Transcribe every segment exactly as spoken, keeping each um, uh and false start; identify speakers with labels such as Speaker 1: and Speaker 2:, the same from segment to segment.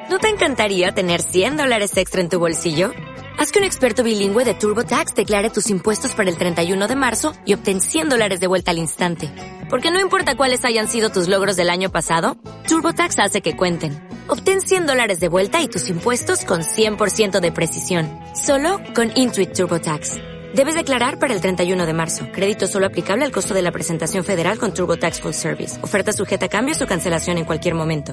Speaker 1: ¿No te encantaría tener cien dólares extra en tu bolsillo? Haz que un experto bilingüe de TurboTax declare tus impuestos para el treinta y uno de marzo y obtén cien dólares de vuelta al instante. Porque no importa cuáles hayan sido tus logros del año pasado, TurboTax hace que cuenten. Obtén cien dólares de vuelta y tus impuestos con cien por ciento de precisión. Solo con Intuit TurboTax. Debes declarar para el treinta y uno de marzo. Crédito solo aplicable al costo de la presentación federal con TurboTax Full Service. Oferta sujeta a cambios o cancelación en cualquier momento.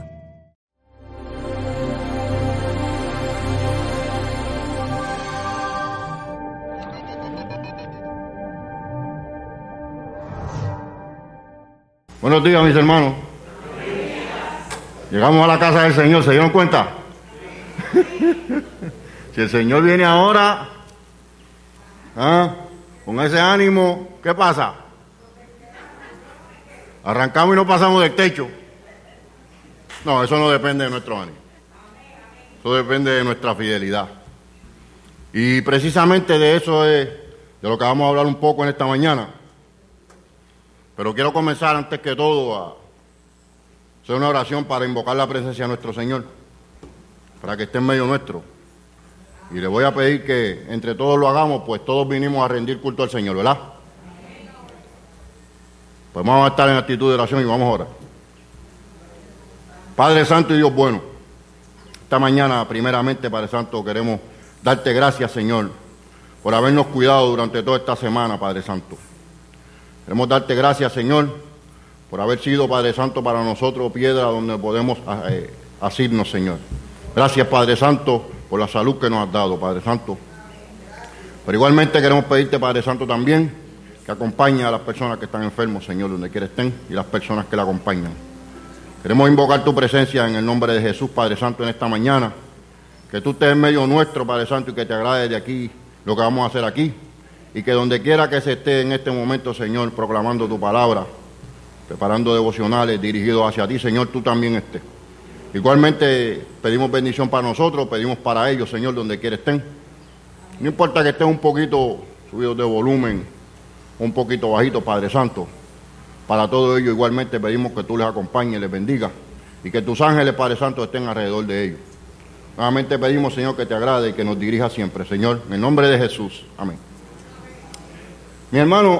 Speaker 2: Buenos días, mis hermanos. Llegamos a la casa del Señor, ¿se dieron cuenta? Si el Señor viene ahora, ¿ah? Con ese ánimo, ¿qué pasa? Arrancamos y no pasamos del techo. No, eso no depende de nuestro ánimo. Eso depende de nuestra fidelidad. Y precisamente de eso es de lo que vamos a hablar un poco en esta mañana. Pero quiero comenzar antes que todo a hacer una oración para invocar la presencia de nuestro Señor, para que esté en medio nuestro. Y le voy a pedir que entre todos lo hagamos, pues todos vinimos a rendir culto al Señor, ¿verdad? Pues vamos a estar en actitud de oración y vamos a orar. Padre Santo y Dios bueno, esta mañana primeramente, Padre Santo, queremos darte gracias, Señor, por habernos cuidado durante toda esta semana, Padre Santo. Queremos darte gracias, Señor, por haber sido, Padre Santo, para nosotros piedra donde podemos eh, asirnos, Señor. Gracias, Padre Santo, por la salud que nos has dado, Padre Santo. Pero igualmente queremos pedirte, Padre Santo, también que acompañe a las personas que están enfermos, Señor, donde quiera estén, y las personas que la acompañan. Queremos invocar tu presencia en el nombre de Jesús, Padre Santo, en esta mañana. Que tú estés en medio nuestro, Padre Santo, y que te agrade de aquí lo que vamos a hacer aquí. Y que donde quiera que se esté en este momento, Señor, proclamando tu palabra, preparando devocionales dirigidos hacia ti, Señor, tú también estés. Igualmente pedimos bendición para nosotros, pedimos para ellos, Señor, donde quiera estén. No importa que estén un poquito subidos de volumen, un poquito bajitos, Padre Santo. Para todo ello igualmente pedimos que tú les acompañes, les bendiga y que tus ángeles, Padre Santo, estén alrededor de ellos. Nuevamente pedimos, Señor, que te agrade y que nos dirija siempre, Señor, en el nombre de Jesús. Amén. Mi hermano,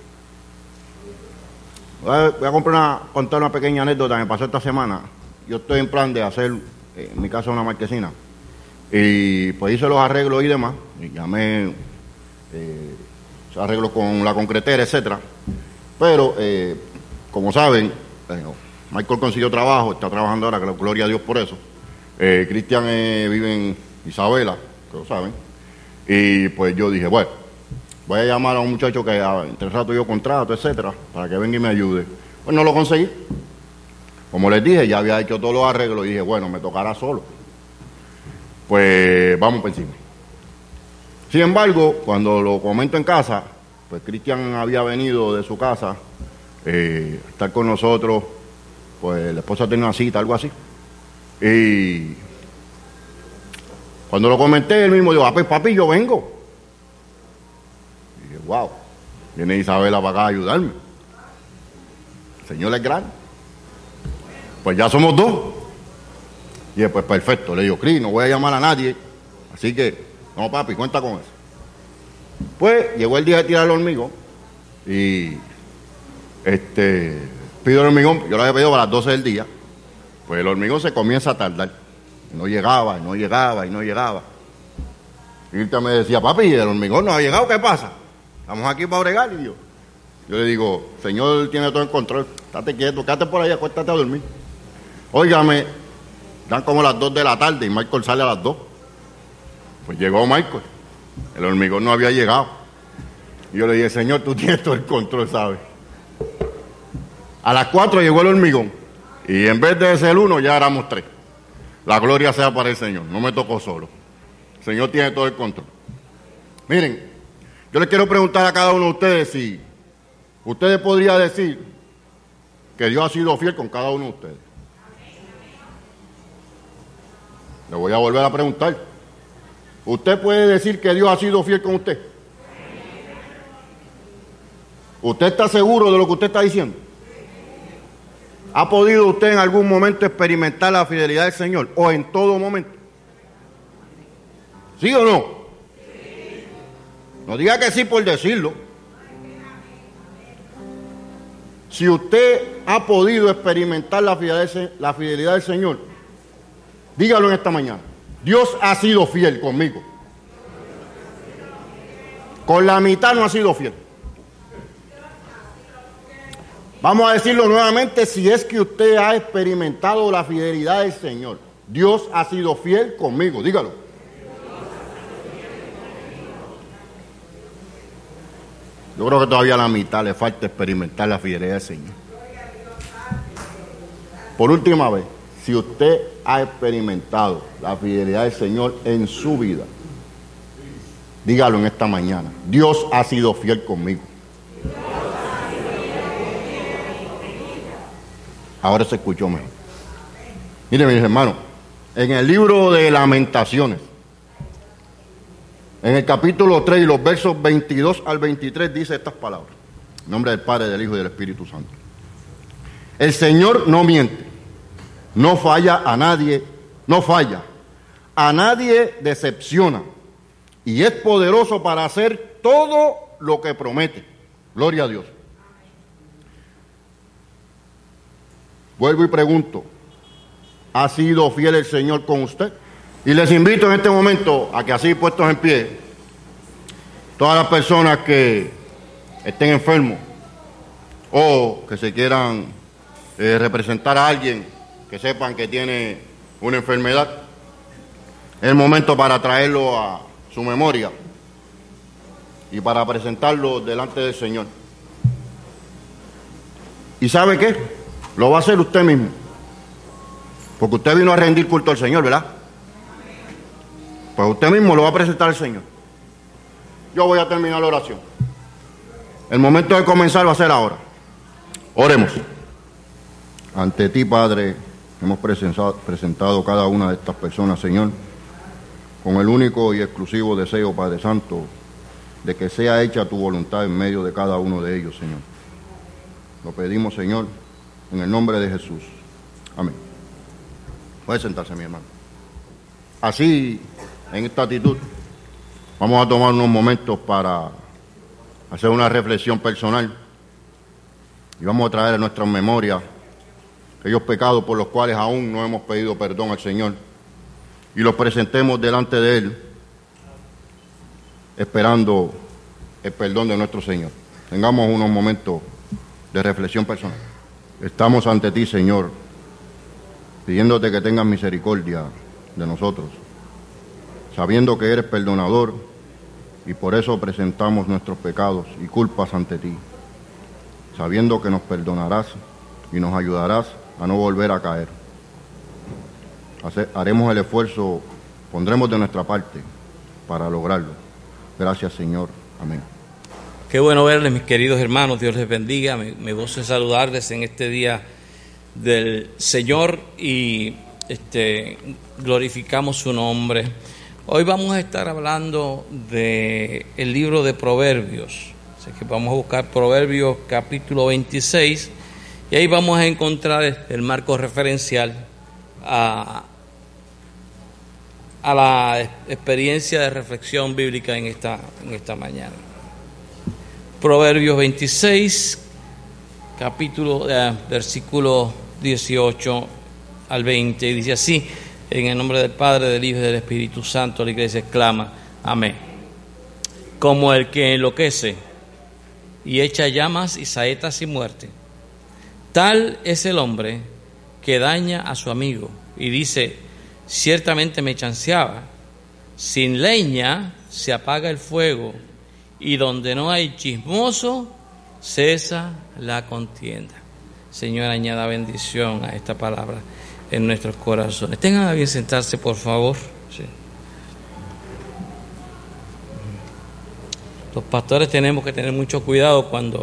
Speaker 2: voy a, voy a comprar una, contar una pequeña anécdota que me pasó esta semana. Yo estoy en plan de hacer, eh, en mi casa, una marquesina. Y pues hice los arreglos y demás. Y llamé, eh, arreglos con la concretera, etcétera. Pero, eh, como saben, eh, Michael consiguió trabajo, está trabajando ahora, que gloria a Dios por eso. Eh, Cristian eh, vive en Isabela, que lo saben. Y pues yo dije, bueno, voy a llamar a un muchacho que entre rato yo contrato, etcétera, para que venga y me ayude. Pues no lo conseguí. Como les dije, ya había hecho todos los arreglos y dije, bueno, me tocará solo. Pues vamos por encima. Sin embargo, cuando lo comento en casa, pues Cristian había venido de su casa eh, a estar con nosotros, pues la esposa tenía una cita, algo así. Y cuando lo comenté, él mismo dijo, ah, pues papi, yo vengo. Wow, viene Isabela para acá a ayudarme. El Señor es grande. Pues ya somos dos. Y después, perfecto, le digo, Cris, no voy a llamar a nadie. Así que, no papi, cuenta con eso. Pues llegó el día de tirar el hormigón. Y este pido el hormigón, yo lo había pedido para las doce del día. Pues el hormigón se comienza a tardar. Y no llegaba, y no llegaba, y no llegaba. Y Irta me decía, papi, el hormigón no ha llegado, ¿qué pasa? Estamos aquí para bregar, y yo, yo le digo, Señor tiene todo en control, estate quieto, quédate por ahí, acuéstate a dormir. Óigame, dan como las dos de la tarde y Michael sale a las dos. Pues llegó Michael, el hormigón no había llegado. Y yo le dije, Señor, tú tienes todo el control, ¿sabes? A las cuatro llegó el hormigón, y en vez de ser uno, ya éramos tres. La gloria sea para el Señor, no me tocó solo. El Señor tiene todo el control. Miren, yo les quiero preguntar a cada uno de ustedes si ustedes podrían decir que Dios ha sido fiel con cada uno de ustedes. Le voy a volver a preguntar. ¿Usted puede decir que Dios ha sido fiel con usted? ¿Usted está seguro de lo que usted está diciendo? ¿Ha podido usted en algún momento experimentar la fidelidad del Señor? ¿O en todo momento? ¿Sí o no? No diga que sí por decirlo. Si usted ha podido experimentar la fidelidad, la fidelidad del Señor, dígalo en esta mañana. Dios ha sido fiel conmigo. Con la mitad no ha sido fiel. Vamos a decirlo nuevamente, si es que usted ha experimentado la fidelidad del Señor. Dios ha sido fiel conmigo, dígalo. Yo creo que todavía a la mitad le falta experimentar la fidelidad del Señor. Por última vez, si usted ha experimentado la fidelidad del Señor en su vida, dígalo en esta mañana. Dios ha sido fiel conmigo. Ahora se escuchó mejor. Miren, mis hermanos, en el libro de Lamentaciones, en el capítulo tres y los versos veintidós al veintitrés dice estas palabras. En nombre del Padre, del Hijo y del Espíritu Santo. El Señor no miente, no falla a nadie, no falla, a nadie decepciona y es poderoso para hacer todo lo que promete. Gloria a Dios. Vuelvo y pregunto, ¿ha sido fiel el Señor con usted? Y les invito en este momento a que así puestos en pie, todas las personas que estén enfermos o que se quieran eh, representar a alguien que sepan que tiene una enfermedad, es el momento para traerlo a su memoria y para presentarlo delante del Señor. ¿Y sabe qué? Lo va a hacer usted mismo, porque usted vino a rendir culto al Señor, ¿verdad? Pues usted mismo lo va a presentar al Señor. Yo voy a terminar la oración. El momento de comenzar va a ser ahora. Oremos. Ante ti, Padre, hemos presentado, presentado cada una de estas personas, Señor, con el único y exclusivo deseo, Padre Santo, de que sea hecha tu voluntad en medio de cada uno de ellos, Señor. Lo pedimos, Señor, en el nombre de Jesús. Amén. Puede sentarse, mi hermano. Así, en esta actitud, vamos a tomar unos momentos para hacer una reflexión personal y vamos a traer a nuestras memorias aquellos pecados por los cuales aún no hemos pedido perdón al Señor y los presentemos delante de Él, esperando el perdón de nuestro Señor. Tengamos unos momentos de reflexión personal. Estamos ante ti, Señor, pidiéndote que tengas misericordia de nosotros, sabiendo que eres perdonador y por eso presentamos nuestros pecados y culpas ante ti, sabiendo que nos perdonarás y nos ayudarás a no volver a caer. Hace, haremos el esfuerzo, pondremos de nuestra parte para lograrlo. Gracias, Señor. Amén.
Speaker 3: Qué bueno verles, mis queridos hermanos. Dios les bendiga. Me, me gozo de saludarles en este día del Señor y este, glorificamos su nombre. Hoy vamos a estar hablando del libro de Proverbios. Así que vamos a buscar Proverbios capítulo veintiséis y ahí vamos a encontrar el marco referencial a, a la experiencia de reflexión bíblica en esta, en esta mañana. Proverbios veintiséis, capítulo, eh, versículo dieciocho al veinte, y dice así: en el nombre del Padre, del Hijo y del Espíritu Santo, la iglesia exclama, amén. Como el que enloquece y echa llamas y saetas sin muerte, tal es el hombre que daña a su amigo y dice, ciertamente me chanceaba. Sin leña se apaga el fuego, y donde no hay chismoso, cesa la contienda. Señor, añada bendición a esta palabra en nuestros corazones. Tengan a bien sentarse, por favor. Sí. Los pastores tenemos que tener mucho cuidado cuando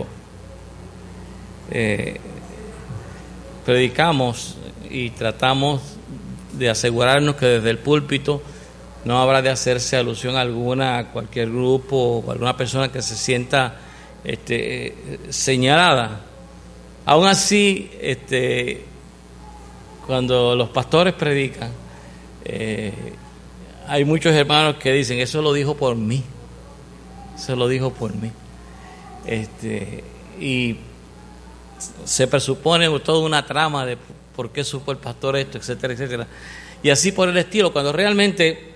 Speaker 3: eh, predicamos y tratamos de asegurarnos que desde el púlpito no habrá de hacerse alusión alguna a cualquier grupo o alguna persona que se sienta este, señalada. Aún así, este, cuando los pastores predican, eh, hay muchos hermanos que dicen, eso lo dijo por mí, eso lo dijo por mí. Este, y se presupone toda una trama de por qué supo el pastor esto, etcétera, etcétera. Y así por el estilo, cuando realmente,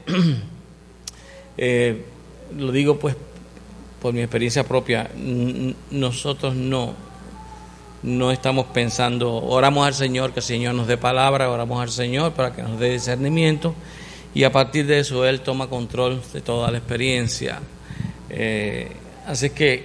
Speaker 3: eh, lo digo pues por mi experiencia propia, n- nosotros no, no estamos pensando, oramos al Señor, que el Señor nos dé palabra, oramos al Señor para que nos dé discernimiento, y a partir de eso Él toma control de toda la experiencia. Eh, así que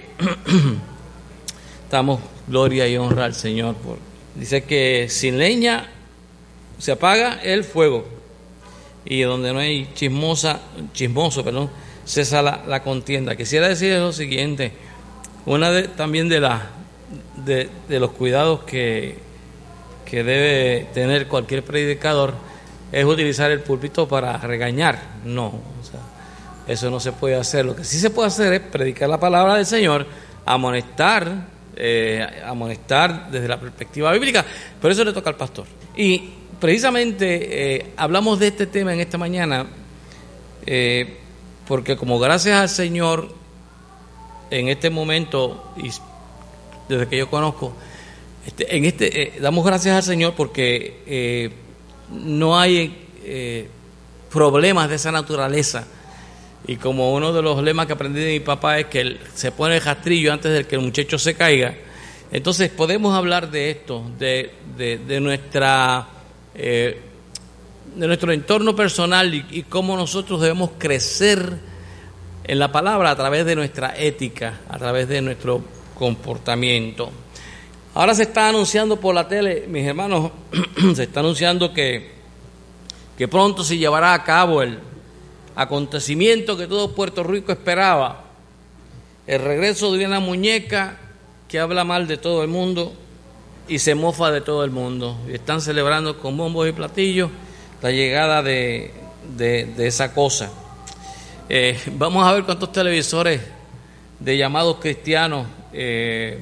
Speaker 3: damos gloria y honra al Señor. Por, dice que sin leña se apaga el fuego, y donde no hay chismosa, chismoso, perdón, cesa la, la contienda. Quisiera decir lo siguiente, una de, también de, la, de, de los cuidados que, que debe tener cualquier predicador es utilizar el púlpito para regañar. No, o sea, eso no se puede hacer. Lo que sí se puede hacer es predicar la palabra del Señor, amonestar, eh, amonestar desde la perspectiva bíblica, pero eso le toca al pastor. Y precisamente eh, hablamos de este tema en esta mañana, eh, porque como gracias al Señor, en este momento, y desde que yo conozco, este, en este eh, damos gracias al Señor porque eh, no hay eh, problemas de esa naturaleza. Y como uno de los lemas que aprendí de mi papá es que él se pone el rastrillo antes de que el muchacho se caiga, entonces podemos hablar de esto, de, de, de nuestra eh, de nuestro entorno personal y, y cómo nosotros debemos crecer en la palabra a través de nuestra ética, a través de nuestro comportamiento. Ahora se está anunciando por la tele, mis hermanos, se está anunciando que, que pronto se llevará a cabo el acontecimiento que todo Puerto Rico esperaba, el regreso de una muñeca que habla mal de todo el mundo y se mofa de todo el mundo. Y están celebrando con bombos y platillos la llegada de, de, de esa cosa. Eh, vamos a ver cuántos televisores de llamados cristianos eh,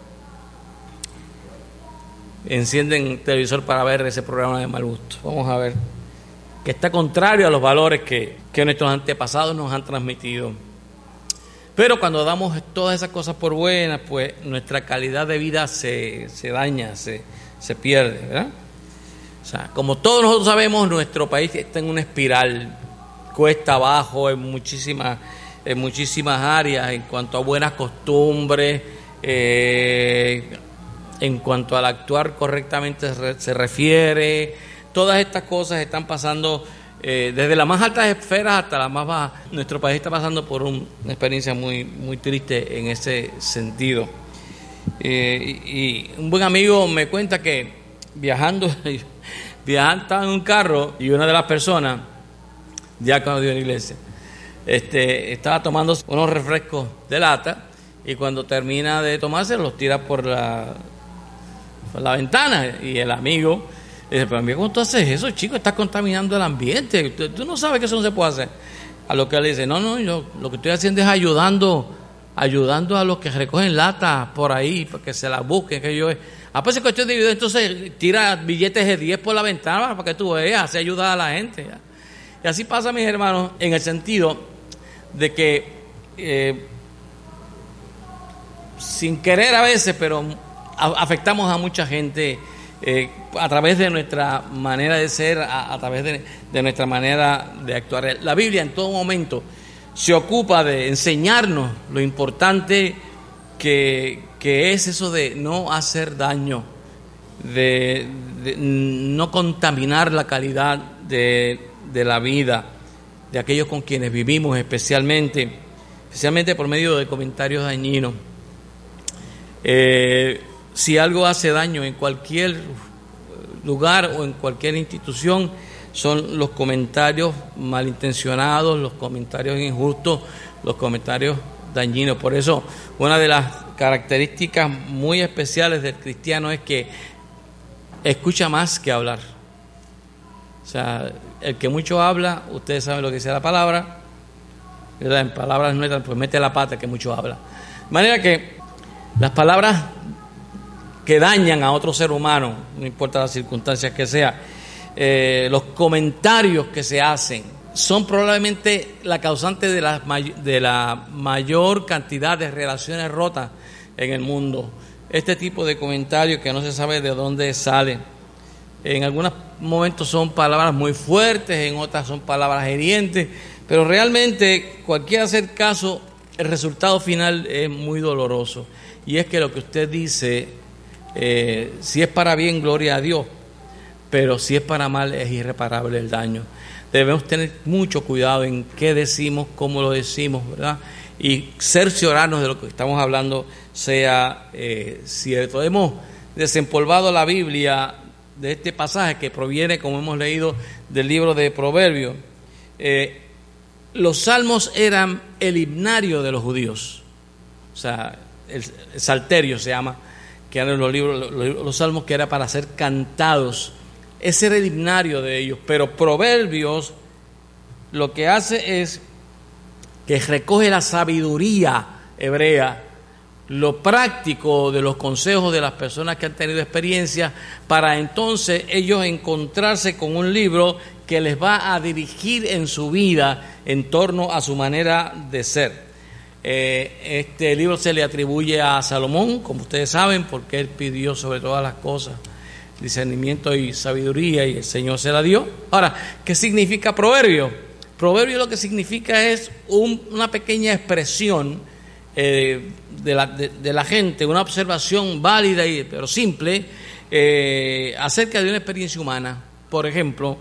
Speaker 3: encienden el televisor para ver ese programa de mal gusto. Vamos a ver, que está contrario a los valores que, que nuestros antepasados nos han transmitido. Pero cuando damos todas esas cosas por buenas, pues nuestra calidad de vida se, se daña, se, se pierde, ¿verdad? O sea, como todos nosotros sabemos, nuestro país está en una espiral, cuesta abajo en muchísimas, en muchísimas áreas, en cuanto a buenas costumbres, eh, en cuanto al actuar correctamente se, se refiere. Todas estas cosas están pasando eh, desde las más altas esferas hasta las más bajas. Nuestro país está pasando por un, una experiencia muy, muy triste en ese sentido. Eh, y, y un buen amigo me cuenta que viajando, viajando estaba en un carro y una de las personas, diácono de una iglesia, este, estaba tomando unos refrescos de lata y cuando termina de tomarse los tira por la, por la ventana y el amigo dice, pero amigo, ¿cómo tú haces eso, chico? Estás contaminando el ambiente. Tú, tú no sabes que eso no se puede hacer. A lo que él dice, no, no, yo lo que estoy haciendo es ayudando, ayudando a los que recogen latas por ahí, para que se las busquen. Que yo, ah, pues es cuestión de video, entonces tira billetes de diez por la ventana para que tú veas, así ayuda a la gente. ¿Ya? Y así pasa, mis hermanos, en el sentido de que, eh, sin querer a veces, pero a, afectamos a mucha gente, Eh, a través de nuestra manera de ser, a, a través de, de nuestra manera de actuar. La Biblia en todo momento se ocupa de enseñarnos lo importante que, que es eso de no hacer daño, de, de no contaminar la calidad de, de la vida de aquellos con quienes vivimos, especialmente, especialmente por medio de comentarios dañinos. Eh, Si algo hace daño en cualquier lugar o en cualquier institución, son los comentarios malintencionados, los comentarios injustos, los comentarios dañinos. Por eso, una de las características muy especiales del cristiano es que escucha más que hablar. O sea, el que mucho habla, ustedes saben lo que dice la palabra, ¿verdad? En palabras nuestras, pues mete la pata, que mucho habla. De manera que las palabras que dañan a otro ser humano, no importa las circunstancias que sea, eh, los comentarios que se hacen, son probablemente la causante de la, de la mayor cantidad de relaciones rotas en el mundo. Este tipo de comentarios que no se sabe de dónde salen. En algunos momentos son palabras muy fuertes, en otras son palabras hirientes, pero realmente, cualquiera sea el caso, el resultado final es muy doloroso. Y es que lo que usted dice, eh, si es para bien, gloria a Dios, pero si es para mal, es irreparable el daño. Debemos tener mucho cuidado en qué decimos, cómo lo decimos, ¿verdad? Y cerciorarnos de lo que estamos hablando sea eh, cierto. Hemos desempolvado la Biblia de este pasaje que proviene, como hemos leído, del libro de Proverbios. Eh, los salmos eran el himnario de los judíos, o sea, el, el salterio se llama, que eran los libros, los, los salmos que era para ser cantados. Ese era el himnario de ellos, pero Proverbios lo que hace es que recoge la sabiduría hebrea, lo práctico de los consejos de las personas que han tenido experiencia, para entonces ellos encontrarse con un libro que les va a dirigir en su vida en torno a su manera de ser. Eh, este libro se le atribuye a Salomón, como ustedes saben, porque él pidió sobre todas las cosas discernimiento y sabiduría, y el Señor se la dio. Ahora, ¿qué significa proverbio? Proverbio lo que significa es un, una pequeña expresión eh, de, la, de, de la gente, una observación válida y, pero simple eh, acerca de una experiencia humana. Por ejemplo,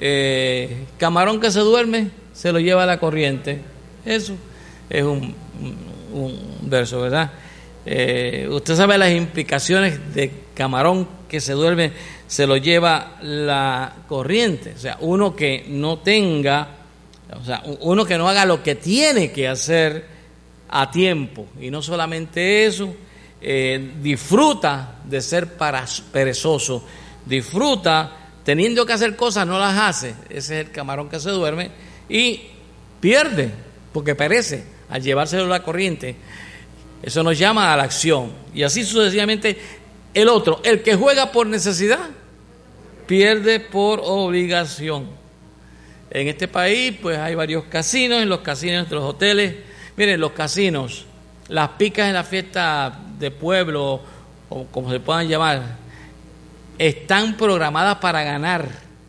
Speaker 3: eh, camarón que se duerme se lo lleva a la corriente. Eso es un, un, un verso, ¿verdad? Eh, usted sabe las implicaciones de camarón que se duerme se lo lleva la corriente. O sea, uno que no tenga, o sea, uno que no haga lo que tiene que hacer a tiempo. Y no solamente eso, eh, disfruta de ser perezoso, disfruta teniendo que hacer cosas, no las hace. Ese es el camarón que se duerme y pierde porque perece al llevárselo la corriente. Eso nos llama a la acción. Y así sucesivamente el otro, el que juega por necesidad, pierde por obligación. En este país pues hay varios casinos, en los casinos de los hoteles. Miren, los casinos, las picas en la fiesta de pueblo, o como se puedan llamar, están programadas para ganar.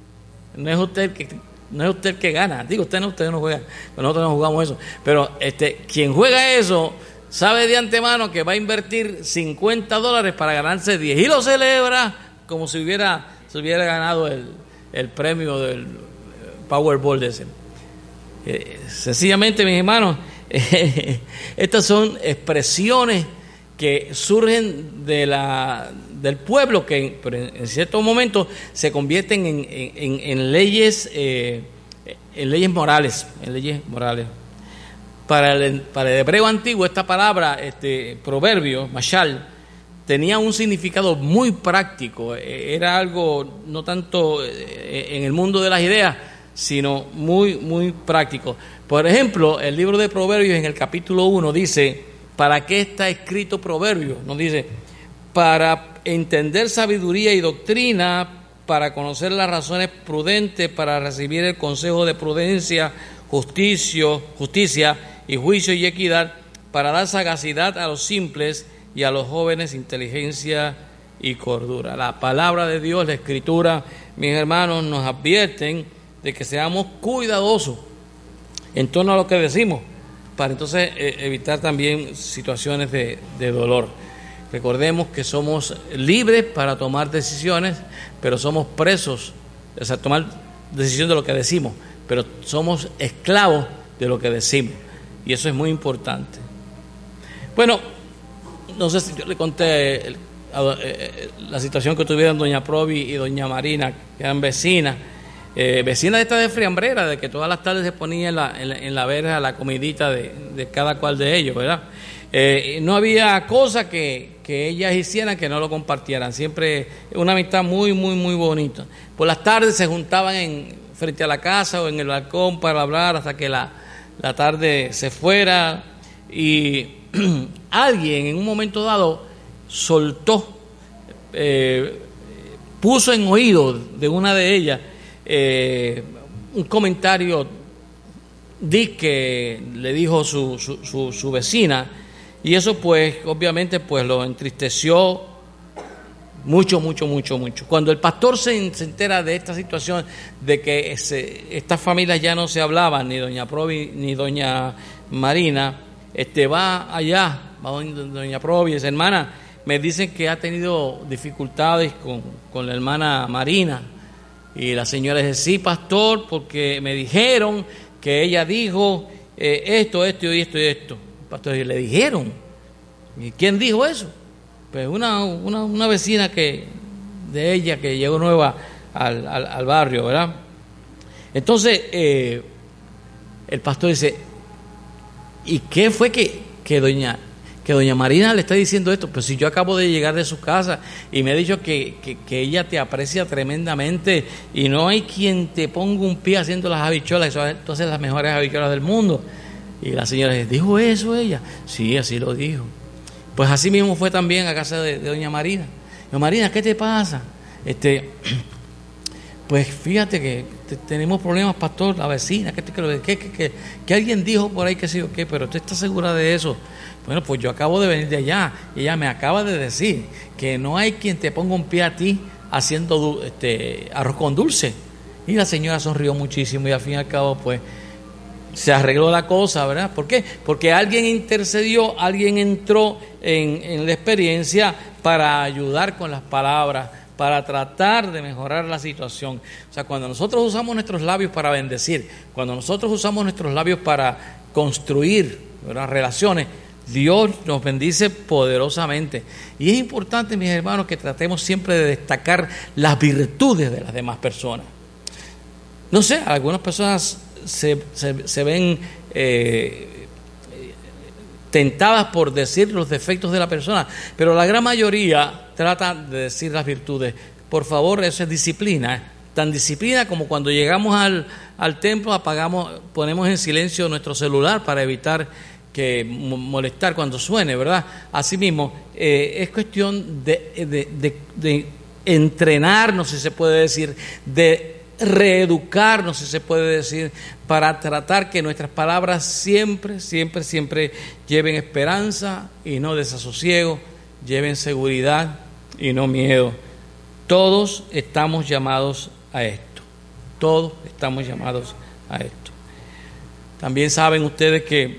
Speaker 3: No es usted el que, no es usted el que gana. Digo, usted no, usted no juega, nosotros no jugamos eso. Pero este, quien juega eso sabe de antemano que va a invertir cincuenta dólares para ganarse diez y lo celebra como si hubiera, si hubiera ganado el, el premio del Powerball de ese. Eh, sencillamente, mis hermanos, eh, estas son expresiones que surgen de la, del pueblo, que en, en ciertos momentos se convierten en, en, en leyes, eh, en leyes morales, en leyes morales. Para el, para el hebreo antiguo, esta palabra, este proverbio, mashal, tenía un significado muy práctico. Era algo no tanto en el mundo de las ideas, sino muy, muy práctico. Por ejemplo, el libro de Proverbios en el capítulo uno dice, ¿para qué está escrito proverbio? Nos dice, para entender sabiduría y doctrina, para conocer las razones prudentes, para recibir el consejo de prudencia, justicia, justicia y juicio y equidad, para dar sagacidad a los simples y a los jóvenes inteligencia y cordura. La palabra de Dios, la Escritura, mis hermanos, nos advierten de que seamos cuidadosos en torno a lo que decimos, para entonces eh, evitar también situaciones de, de dolor. Recordemos que somos libres para tomar decisiones, pero somos presos, o sea, tomar decisión de lo que decimos, pero somos esclavos de lo que decimos, y eso es muy importante. Bueno, no sé si yo le conté el, eh, la situación que tuvieron doña Provi y doña Marina, que eran vecinas, eh, vecinas de esta de friambrera, de que todas las tardes se ponía en la, en la, en la verja la comidita de, de cada cual de ellos, ¿verdad? Eh, no había cosa que, que ellas hicieran que no lo compartieran, siempre una amistad muy, muy, muy bonita. Por las tardes se juntaban en frente a la casa o en el balcón para hablar hasta que la, la tarde se fuera, y alguien en un momento dado soltó eh, puso en oído de una de ellas eh, un comentario que le dijo su, su, su, su vecina, y eso pues obviamente pues lo entristeció mucho, mucho, mucho, mucho. Cuando el pastor se, se entera de esta situación, de que ese, estas familias ya no se hablaban, ni doña Provi ni doña Marina, este va allá, va doña Provi, esa hermana, me dicen que ha tenido dificultades con, con la hermana Marina, y la señora dice, sí, pastor, porque me dijeron que ella dijo eh, esto, esto y esto y esto. El pastor le dijeron. ¿Y quién dijo eso? Pues una, una, una vecina que de ella que llegó nueva al, al, al barrio, ¿verdad? Entonces, eh, el pastor dice, ¿y qué fue que, que doña que doña Marina le está diciendo esto? Pues si yo acabo de llegar de su casa y me ha dicho que, que, que ella te aprecia tremendamente y no hay quien te ponga un pie haciendo las habichuelas, tú haces las mejores habichuelas del mundo. Y la señora dice, ¿dijo eso ella? Sí, así lo dijo. Pues así mismo fue también a casa de, de doña Marina. Doña Marina, ¿qué te pasa? Este, pues fíjate que te, tenemos problemas, pastor, la vecina, que, que, que, que, que alguien dijo por ahí que sí o qué, pero ¿usted está segura de eso? Bueno, pues yo acabo de venir de allá y ella me acaba de decir que no hay quien te ponga un pie a ti haciendo este, arroz con dulce. Y la señora sonrió muchísimo y al fin y al cabo pues se arregló la cosa, ¿verdad? ¿Por qué? Porque alguien intercedió, alguien entró en, en la experiencia para ayudar con las palabras, para tratar de mejorar la situación. O sea, cuando nosotros usamos nuestros labios para bendecir, cuando nosotros usamos nuestros labios para construir, ¿verdad?, relaciones, Dios nos bendice poderosamente. Y es importante, mis hermanos, que tratemos siempre de destacar las virtudes de las demás personas. No sé, algunas personas se, se, se ven eh, tentadas por decir los defectos de la persona, pero la gran mayoría trata de decir las virtudes. Por favor, eso es disciplina, ¿eh? Tan disciplina como cuando llegamos al, al templo, apagamos, ponemos en silencio nuestro celular para evitar que molestar cuando suene, ¿verdad? Asimismo, eh, es cuestión de, de, de, de entrenarnos, si se puede decir, de reeducarnos, si se puede decir, para tratar que nuestras palabras siempre, siempre, siempre lleven esperanza y no desasosiego, lleven seguridad y no miedo. Todos estamos llamados a esto, todos estamos llamados a esto. También saben ustedes que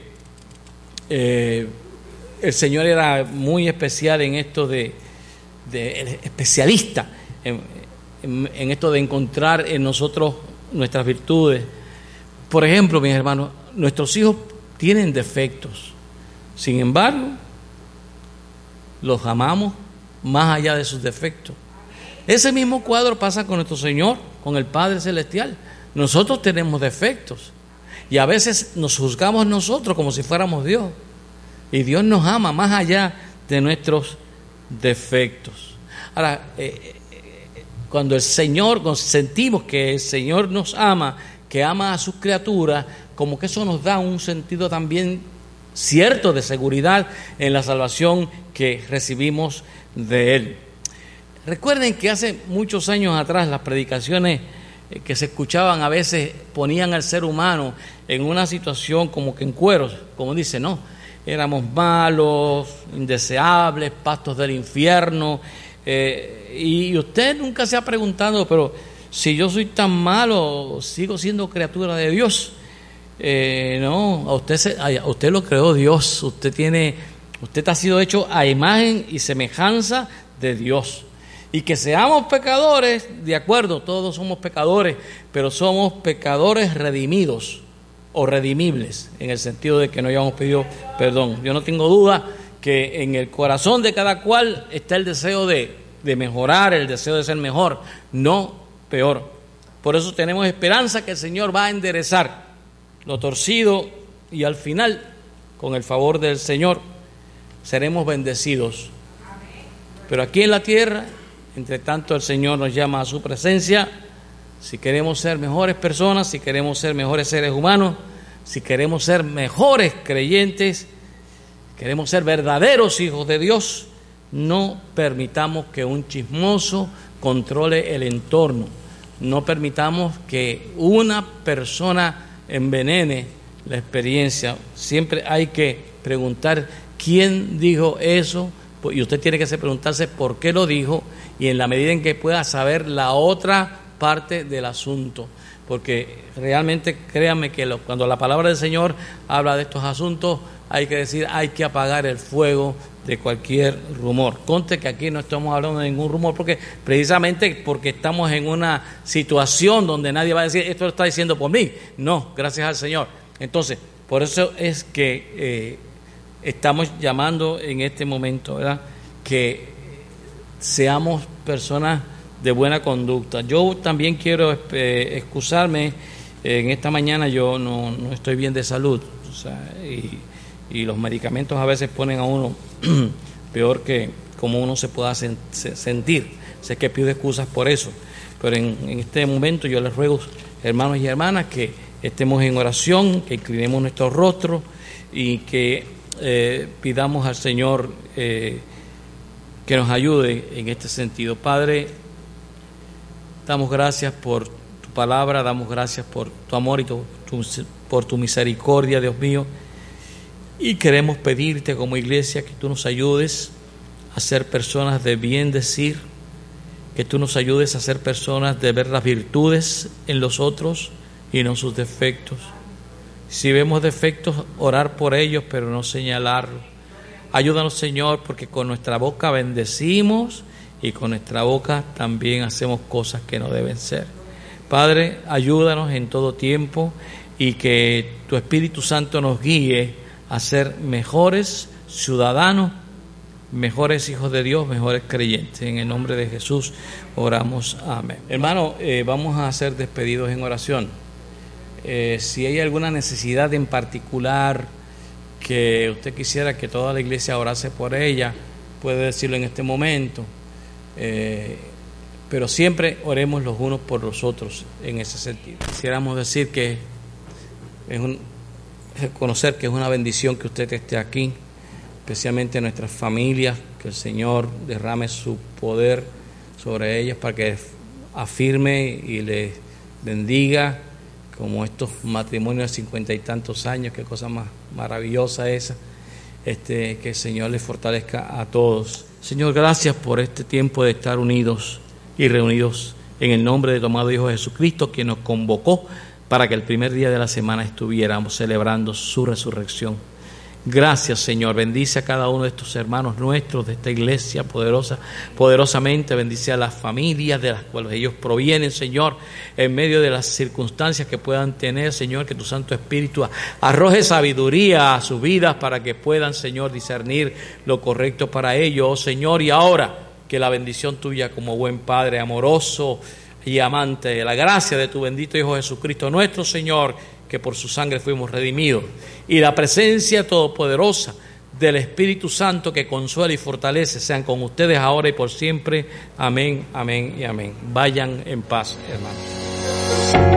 Speaker 3: Eh, el Señor era muy especial en esto de, de especialista en, en, en esto de encontrar en nosotros nuestras virtudes. Por ejemplo, mis hermanos, nuestros hijos tienen defectos, sin embargo los amamos más allá de sus defectos. Ese mismo cuadro pasa con nuestro Señor, con el Padre Celestial. Nosotros tenemos defectos y a veces nos juzgamos nosotros como si fuéramos Dios. Y Dios nos ama más allá de nuestros defectos. Ahora, eh, cuando el Señor, cuando sentimos que el Señor nos ama, que ama a sus criaturas, como que eso nos da un sentido también cierto de seguridad en la salvación que recibimos de Él. Recuerden que hace muchos años atrás las predicaciones que se escuchaban a veces ponían al ser humano en una situación como que en cueros, como dice, no, éramos malos, indeseables, pastos del infierno, eh, y usted nunca se ha preguntado, pero si yo soy tan malo, sigo siendo criatura de Dios. Eh, no, a usted, se, a usted lo creó Dios, usted tiene, usted ha sido hecho a imagen y semejanza de Dios. Y que seamos pecadores, de acuerdo, todos somos pecadores, pero somos pecadores redimidos o redimibles, en el sentido de que no hayamos pedido perdón. Yo no tengo duda que en el corazón de cada cual está el deseo de, de mejorar, el deseo de ser mejor, no peor. Por eso tenemos esperanza que el Señor va a enderezar lo torcido y al final, con el favor del Señor, seremos bendecidos. Pero aquí en la tierra, entre tanto, el Señor nos llama a su presencia. Si queremos ser mejores personas, si queremos ser mejores seres humanos, si queremos ser mejores creyentes, queremos ser verdaderos hijos de Dios, No permitamos que un chismoso controle el entorno. No permitamos que una persona envenene la experiencia. Siempre hay que preguntar quién dijo eso, y usted tiene que preguntarse por qué lo dijo, y en la medida en que pueda saber la otra parte del asunto. Porque realmente créanme que lo, cuando la palabra del Señor habla de estos asuntos, hay que decir, hay que apagar el fuego de cualquier rumor. Conste que aquí no estamos hablando de ningún rumor, porque precisamente porque estamos en una situación donde nadie va a decir, esto lo está diciendo por mí. No, gracias al Señor. Entonces, por eso es que eh, estamos llamando en este momento, ¿verdad?, que seamos personas de buena conducta. Yo también quiero eh, excusarme, eh, en esta mañana yo no, no estoy bien de salud, o sea, y, y los medicamentos a veces ponen a uno peor que como uno se pueda sen- sentir. Sé que pido excusas por eso, pero en, en este momento yo les ruego, hermanos y hermanas, que estemos en oración, que inclinemos nuestro rostro y que eh, pidamos al Señor eh, que nos ayude en este sentido. Padre, damos gracias por tu palabra, damos gracias por tu amor y tu, tu, por tu misericordia, Dios mío, y queremos pedirte como iglesia que tú nos ayudes a ser personas de bien decir, que tú nos ayudes a ser personas de ver las virtudes en los otros y no sus defectos. Si vemos defectos, orar por ellos, pero no señalarlos. Ayúdanos, Señor, porque con nuestra boca bendecimos y con nuestra boca también hacemos cosas que no deben ser. Padre, ayúdanos en todo tiempo y que tu Espíritu Santo nos guíe a ser mejores ciudadanos, mejores hijos de Dios, mejores creyentes. En el nombre de Jesús oramos. Amén. Hermano, eh, vamos a hacer despedidos en oración. Eh, si hay alguna necesidad en particular que usted quisiera que toda la iglesia orase por ella, puede decirlo en este momento. Eh, pero siempre oremos los unos por los otros en ese sentido. Quisiéramos decir que es un, reconocer que es una bendición que usted esté aquí, especialmente nuestras familias, que el Señor derrame su poder sobre ellas para que afirme y les bendiga, como estos matrimonios de cincuenta y tantos años, qué cosa más maravillosa esa, este, que el Señor les fortalezca a todos. Señor, gracias por este tiempo de estar unidos y reunidos en el nombre de tu amado Hijo Jesucristo, quien nos convocó para que el primer día de la semana estuviéramos celebrando su resurrección. Gracias, Señor. Bendice a cada uno de estos hermanos nuestros de esta iglesia poderosa, poderosamente. Bendice a las familias de las cuales ellos provienen, Señor, en medio de las circunstancias que puedan tener, Señor, que tu Santo Espíritu arroje sabiduría a sus vidas para que puedan, Señor, discernir lo correcto para ellos, oh Señor. Y ahora que la bendición tuya como buen Padre amoroso y amante, de la gracia de tu bendito Hijo Jesucristo, nuestro Señor, que por su sangre fuimos redimidos, y la presencia todopoderosa del Espíritu Santo que consuela y fortalece, sean con ustedes ahora y por siempre. Amén, amén y amén. Vayan en paz, hermanos.